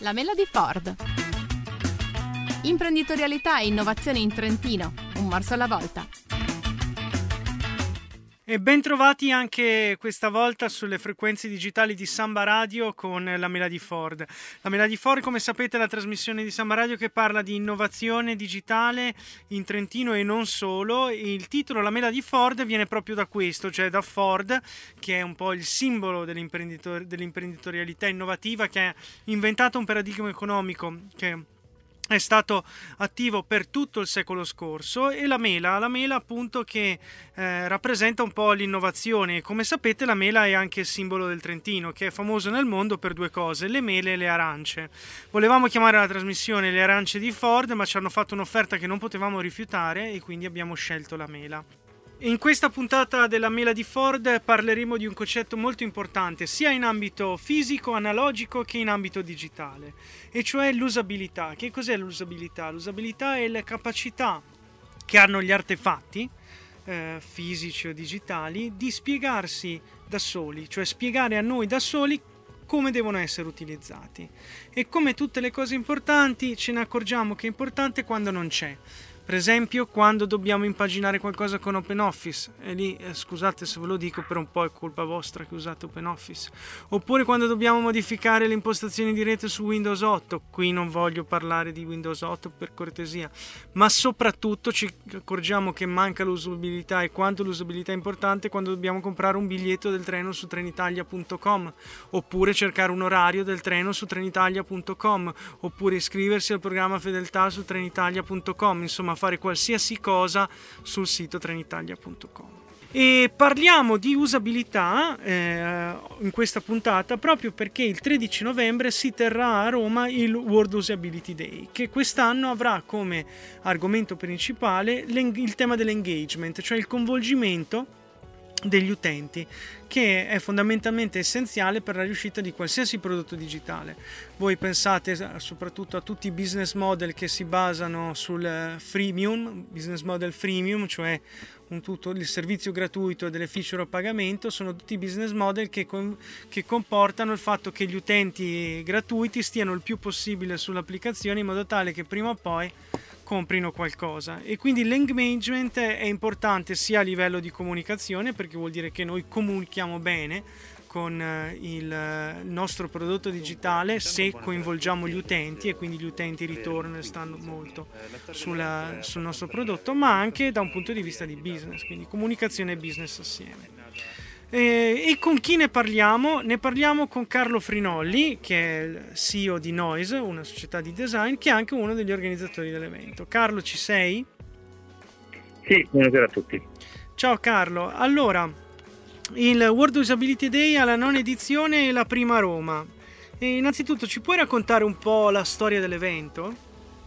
La mela di Ford. Imprenditorialità e innovazione in Trentino, un morso alla volta. E ben trovati anche questa volta sulle frequenze digitali di Samba Radio con la Mela di Ford. La Mela di Ford, come sapete, è la trasmissione di Samba Radio che parla di innovazione digitale in Trentino e non solo. Il titolo La Mela di Ford viene proprio da questo, cioè da Ford, che è un po' il simbolo dell'imprenditorialità innovativa, che ha inventato un paradigma economico che è stato attivo per tutto il secolo scorso, e la mela appunto che rappresenta un po' l'innovazione. Come sapete, la mela è anche il simbolo del Trentino, che è famoso nel mondo per due cose: le mele e le arance. Volevamo chiamare la trasmissione Le arance di Ford, ma ci hanno fatto un'offerta che non potevamo rifiutare e quindi abbiamo scelto la mela. In questa puntata della Mela di Ford parleremo di un concetto molto importante sia in ambito fisico, analogico, che in ambito digitale, e cioè l'usabilità. Che cos'è l'usabilità? L'usabilità è la capacità che hanno gli artefatti fisici o digitali di spiegarsi da soli, cioè spiegare a noi da soli come devono essere utilizzati. E come tutte le cose importanti, ce ne accorgiamo che è importante quando non c'è. Per esempio, quando dobbiamo impaginare qualcosa con OpenOffice, e lì scusate se ve lo dico, per un po' è colpa vostra che usate OpenOffice. Oppure quando dobbiamo modificare le impostazioni di rete su Windows 8, qui non voglio parlare di Windows 8 per cortesia, ma soprattutto ci accorgiamo che manca l'usabilità, e quanto l'usabilità è importante quando dobbiamo comprare un biglietto del treno su Trenitalia.com, oppure cercare un orario del treno su Trenitalia.com, oppure iscriversi al programma Fedeltà su Trenitalia.com, insomma fare qualsiasi cosa sul sito Trenitalia.com. E parliamo di usabilità in questa puntata proprio perché il 13 novembre si terrà a Roma il World Usability Day, che quest'anno avrà come argomento principale il tema dell'engagement, cioè il coinvolgimento degli utenti, che è fondamentalmente essenziale per la riuscita di qualsiasi prodotto digitale. Voi pensate soprattutto a tutti i business model che si basano sul freemium, business model freemium, cioè tutto il servizio gratuito e delle feature a pagamento. Sono tutti business model che comportano il fatto che gli utenti gratuiti stiano il più possibile sull'applicazione, in modo tale che prima o poi comprino qualcosa. E quindi l'engagement è importante sia a livello di comunicazione, perché vuol dire che noi comunichiamo bene con il nostro prodotto digitale se coinvolgiamo gli utenti, e quindi gli utenti ritornano e stanno molto sul nostro prodotto, ma anche da un punto di vista di business, quindi comunicazione e business assieme. E con chi ne parliamo? Ne parliamo con Carlo Frinolli, che è il CEO di Noise, una società di design, che è anche uno degli organizzatori dell'evento. Carlo, ci sei? Sì, buonasera a tutti. Ciao Carlo. Allora, il World Usability Day alla nona edizione è la prima a Roma. E innanzitutto ci puoi raccontare un po' la storia dell'evento?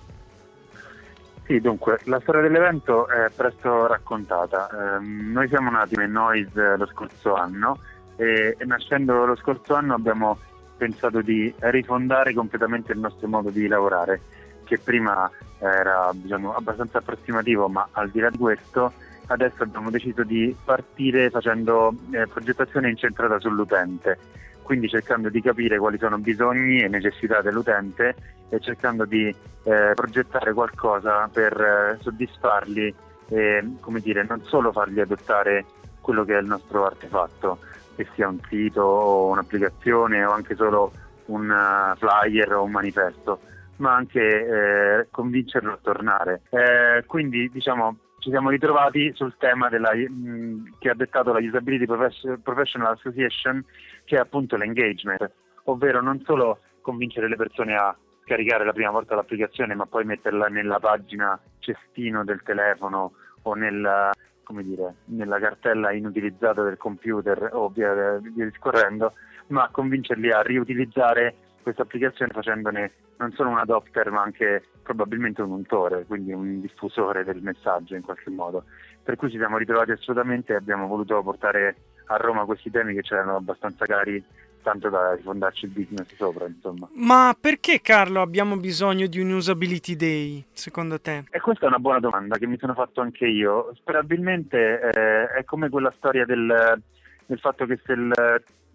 Sì, dunque, la storia dell'evento è presto raccontata. Noi siamo nati in Noise lo scorso anno e nascendo lo scorso anno abbiamo pensato di rifondare completamente il nostro modo di lavorare, che prima era, diciamo, abbastanza approssimativo, ma al di là di questo adesso abbiamo deciso di partire facendo progettazione incentrata sull'utente, quindi cercando di capire quali sono bisogni e necessità dell'utente e cercando di progettare qualcosa per soddisfarli e, come dire, non solo fargli adottare quello che è il nostro artefatto, che sia un sito o un'applicazione o anche solo un flyer o un manifesto, ma anche convincerlo a tornare. Quindi, diciamo, ci siamo ritrovati sul tema che ha dettato la Usability Professional Association, che è appunto l'engagement, ovvero non solo convincere le persone a caricare la prima volta l'applicazione, ma poi metterla nella pagina cestino del telefono o nella cartella inutilizzata del computer o via discorrendo, ma convincerli a riutilizzare questa applicazione facendone non solo un adopter ma anche probabilmente un untore, quindi un diffusore del messaggio in qualche modo. Per cui ci siamo ritrovati assolutamente e abbiamo voluto portare a Roma questi temi che c'erano abbastanza cari, tanto da rifondarci il business sopra, insomma. Ma perché, Carlo, abbiamo bisogno di un Usability Day, secondo te? E questa è una buona domanda che mi sono fatto anche io. Probabilmente è come quella storia del fatto che se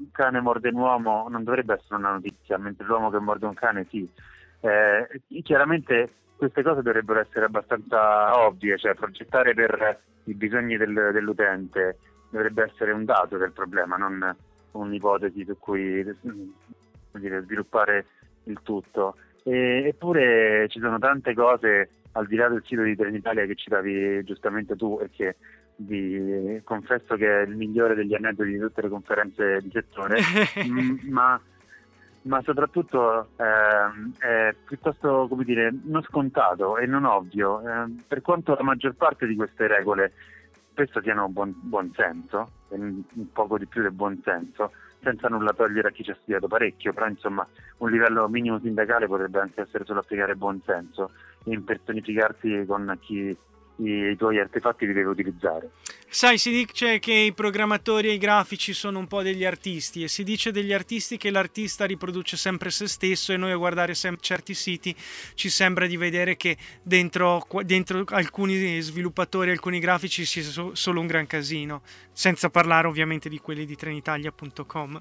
cane morde un uomo non dovrebbe essere una notizia, mentre l'uomo che morde un cane sì. Chiaramente queste cose dovrebbero essere abbastanza ovvie, cioè progettare per i bisogni dell'utente dovrebbe essere un dato del problema, non un'ipotesi su cui sviluppare il tutto. Eppure ci sono tante cose al di là del sito di Trenitalia che citavi giustamente tu e che confesso che è il migliore degli aneddoti di tutte le conferenze di settore, ma soprattutto è piuttosto, come dire, non scontato e non ovvio, per quanto la maggior parte di queste regole spesso siano buon senso, un poco di più del buon senso, senza nulla togliere a chi ci ha studiato parecchio, però insomma un livello minimo sindacale potrebbe anche essere solo applicare buon senso e impersonificarsi con chi i tuoi artefatti li deve utilizzare. Sai, si dice che i programmatori e i grafici sono un po' degli artisti, e si dice degli artisti che l'artista riproduce sempre se stesso, e noi a guardare certi siti ci sembra di vedere che dentro alcuni sviluppatori, alcuni grafici sia solo un gran casino, senza parlare ovviamente di quelli di Trenitalia.com.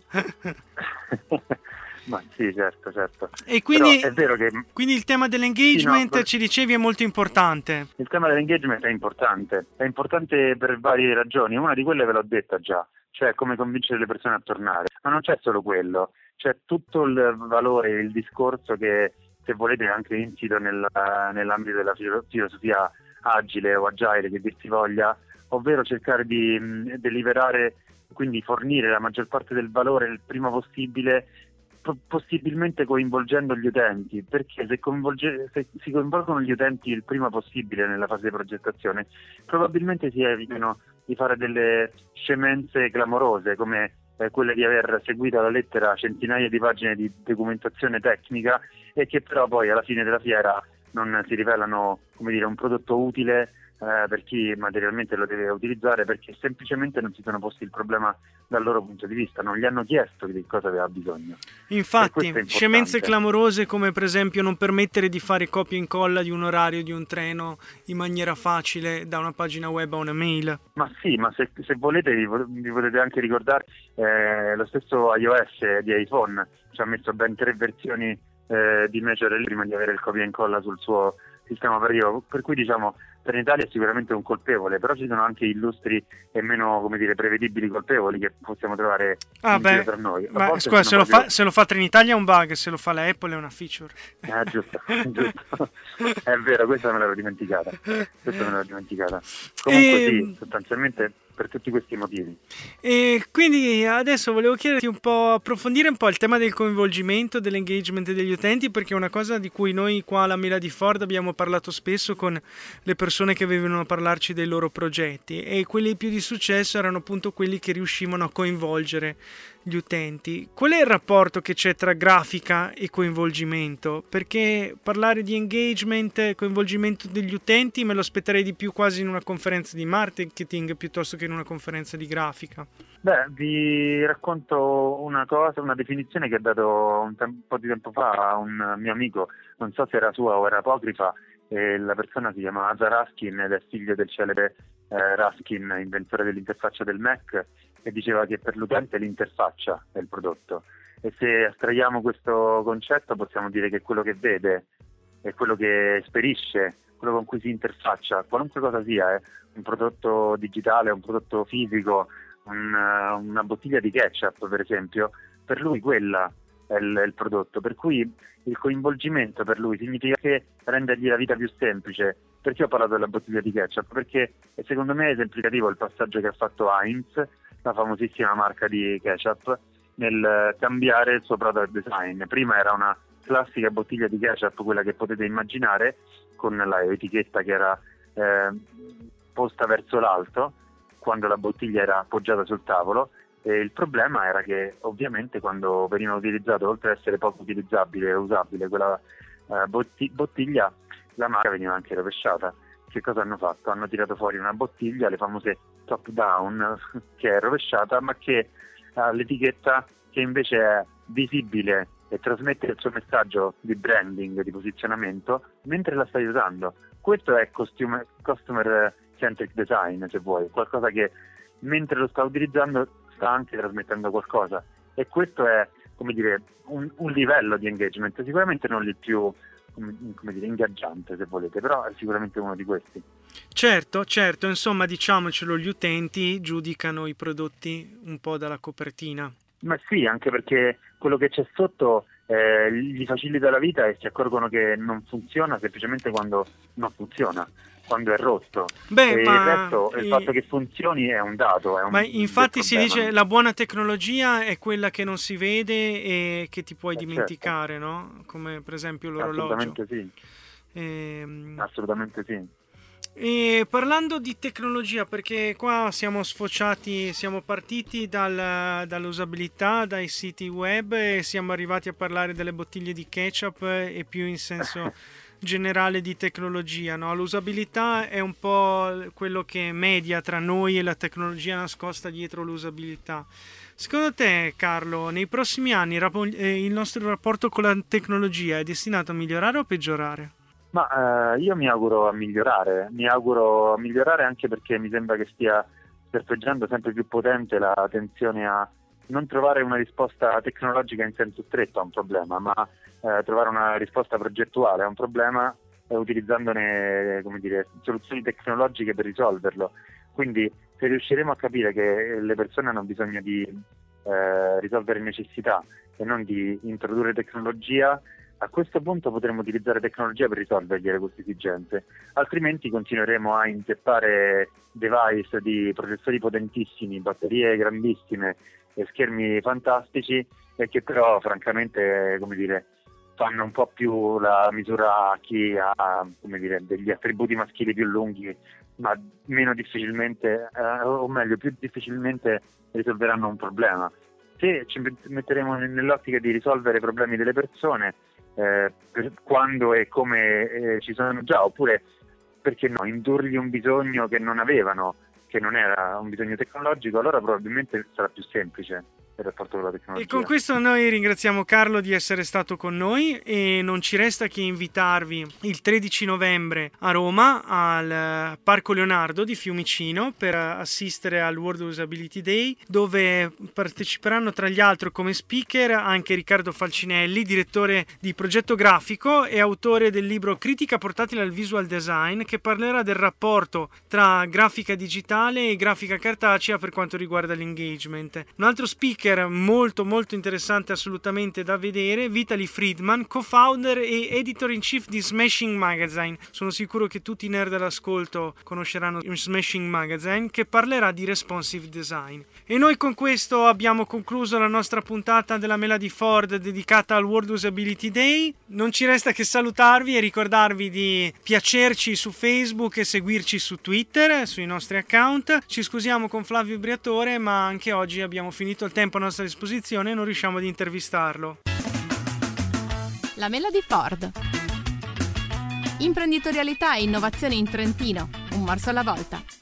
Ma sì, certo. E quindi, però è vero che quindi il tema dell'engagement, sì, no, ci dicevi, è molto importante. Il tema dell'engagement è importante per varie ragioni. Una di quelle ve l'ho detta già, cioè come convincere le persone a tornare. Ma non c'è solo quello, c'è tutto il valore, il discorso che, se volete, è anche insito nell'ambito della filosofia agile o agile, che dir si voglia, ovvero cercare di deliberare, quindi fornire la maggior parte del valore il prima possibile, possibilmente coinvolgendo gli utenti, perché se si coinvolgono gli utenti il prima possibile nella fase di progettazione, probabilmente si evitano di fare delle scemenze clamorose come quelle di aver seguito alla lettera centinaia di pagine di documentazione tecnica e che però poi alla fine della fiera non si rivelano, come dire, un prodotto utile per chi materialmente lo deve utilizzare, perché semplicemente non si sono posti il problema dal loro punto di vista, non gli hanno chiesto di cosa aveva bisogno. Infatti, scemenze clamorose come per esempio non permettere di fare copia e incolla di un orario di un treno in maniera facile da una pagina web a una mail. Ma sì, ma se volete vi potete anche ricordare lo stesso iOS di iPhone ci ha messo ben 3 versioni di Major prima di avere il copia e incolla sul suo sistema operativo, per cui diciamo Trenitalia è sicuramente un colpevole, però ci sono anche illustri e meno, come dire, prevedibili colpevoli che possiamo trovare in giro tra noi. Scusa, se lo fa Trenitalia è un bug, se lo fa la Apple è una feature. Giusto. È vero, questa me l'ero dimenticata. Comunque sì, sostanzialmente per tutti questi motivi. E quindi adesso volevo chiederti approfondire un po' il tema del coinvolgimento, dell'engagement degli utenti, perché è una cosa di cui noi qua alla Mela di Ford abbiamo parlato spesso con le persone che venivano a parlarci dei loro progetti, e quelli più di successo erano appunto quelli che riuscivano a coinvolgere gli utenti. Qual è il rapporto che c'è tra grafica e coinvolgimento? Perché parlare di engagement e coinvolgimento degli utenti me lo aspetterei di più quasi in una conferenza di marketing piuttosto che in una conferenza di grafica. Vi racconto una definizione che ha dato un po' di tempo fa a un mio amico, non so se era sua o era apocrifa, e la persona si chiama Asa Raskin ed è figlio del celebre Raskin, inventore dell'interfaccia del Mac, e diceva che per l'utente l'interfaccia è il prodotto, e se astraiamo questo concetto possiamo dire che quello che vede è quello che esperisce, quello con cui si interfaccia, qualunque cosa sia, un prodotto digitale, un prodotto fisico, una bottiglia di ketchup per esempio, per lui quella è il prodotto, per cui il coinvolgimento per lui significa che rendergli la vita più semplice. Perché ho parlato della bottiglia di ketchup? Perché secondo me è esemplificativo il passaggio che ha fatto Heinz, la famosissima marca di ketchup, nel cambiare il suo product design. Prima era una classica bottiglia di ketchup, quella che potete immaginare, con la etichetta che era posta verso l'alto quando la bottiglia era appoggiata sul tavolo, e il problema era che ovviamente quando veniva utilizzato, oltre ad essere poco utilizzabile e usabile quella bottiglia, la marca veniva anche rovesciata. Che cosa hanno fatto? Hanno tirato fuori una bottiglia, le famose top down, che è rovesciata ma che ha l'etichetta che invece è visibile e trasmette il suo messaggio di branding, di posizionamento, mentre la stai usando. Questo è customer centric design, se vuoi, qualcosa che mentre lo sta utilizzando sta anche trasmettendo qualcosa, e questo è, come dire, un livello di engagement, sicuramente non il più, come dire, ingaggiante, se volete, però è sicuramente uno di questi. Certo, insomma, diciamocelo, gli utenti giudicano i prodotti un po' dalla copertina. Ma sì, anche perché quello che c'è sotto gli facilita la vita e si accorgono che non funziona semplicemente quando non funziona, quando è rotto. E il resto, il fatto che funzioni è un dato. Ma infatti si dice la buona tecnologia è quella che non si vede e che ti puoi dimenticare, certo. No? Come per esempio l'orologio. Assolutamente sì. Assolutamente sì. E parlando di tecnologia, perché qua siamo partiti dall'usabilità, dai siti web e siamo arrivati a parlare delle bottiglie di ketchup e più in senso generale di tecnologia, no? L'usabilità è un po' quello che media tra noi e la tecnologia nascosta dietro l'usabilità. Secondo te, Carlo, nei prossimi anni il nostro rapporto con la tecnologia è destinato a migliorare o a peggiorare? Ma io mi auguro a migliorare anche perché mi sembra che stia serpeggiando sempre più potente la tensione a non trovare una risposta tecnologica in senso stretto a un problema, ma trovare una risposta progettuale a un problema utilizzandone, come dire, soluzioni tecnologiche per risolverlo. Quindi se riusciremo a capire che le persone hanno bisogno di risolvere necessità e non di introdurre tecnologia, a questo punto potremo utilizzare tecnologia per risolvere queste esigenze, altrimenti continueremo a inzeppare device di processori potentissimi, batterie grandissime e schermi fantastici e che però francamente, come dire, fanno un po' più la misura a chi ha, come dire, degli attributi maschili più lunghi, ma meno difficilmente, o meglio, più difficilmente risolveranno un problema. Se ci metteremo nell'ottica di risolvere i problemi delle persone, quando e come ci sono già, oppure perché no, indurgli un bisogno che non avevano, che non era un bisogno tecnologico, allora probabilmente sarà più semplice il rapporto con la tecnologia. E con questo noi ringraziamo Carlo di essere stato con noi e non ci resta che invitarvi il 13 novembre a Roma al Parco Leonardo di Fiumicino per assistere al World Usability Day, dove parteciperanno tra gli altri come speaker anche Riccardo Falcinelli, direttore di progetto grafico e autore del libro Critica portatile al visual design, che parlerà del rapporto tra grafica digitale e grafica cartacea per quanto riguarda l'engagement. Un altro speaker molto molto interessante, assolutamente da vedere, Vitaly Friedman, co-founder e editor-in-chief di Smashing Magazine. Sono sicuro che tutti i nerd all'ascolto conosceranno Smashing Magazine, che parlerà di responsive design. E noi con questo abbiamo concluso la nostra puntata della Mela di Ford dedicata al World Usability Day. Non ci resta che salutarvi e ricordarvi di piacerci su Facebook e seguirci su Twitter, sui nostri account. Ci scusiamo con Flavio Briatore, ma anche oggi abbiamo finito il tempo a nostra disposizione e non riusciamo ad intervistarlo. La Mela di Ford. Imprenditorialità e innovazione in Trentino, un morso alla volta.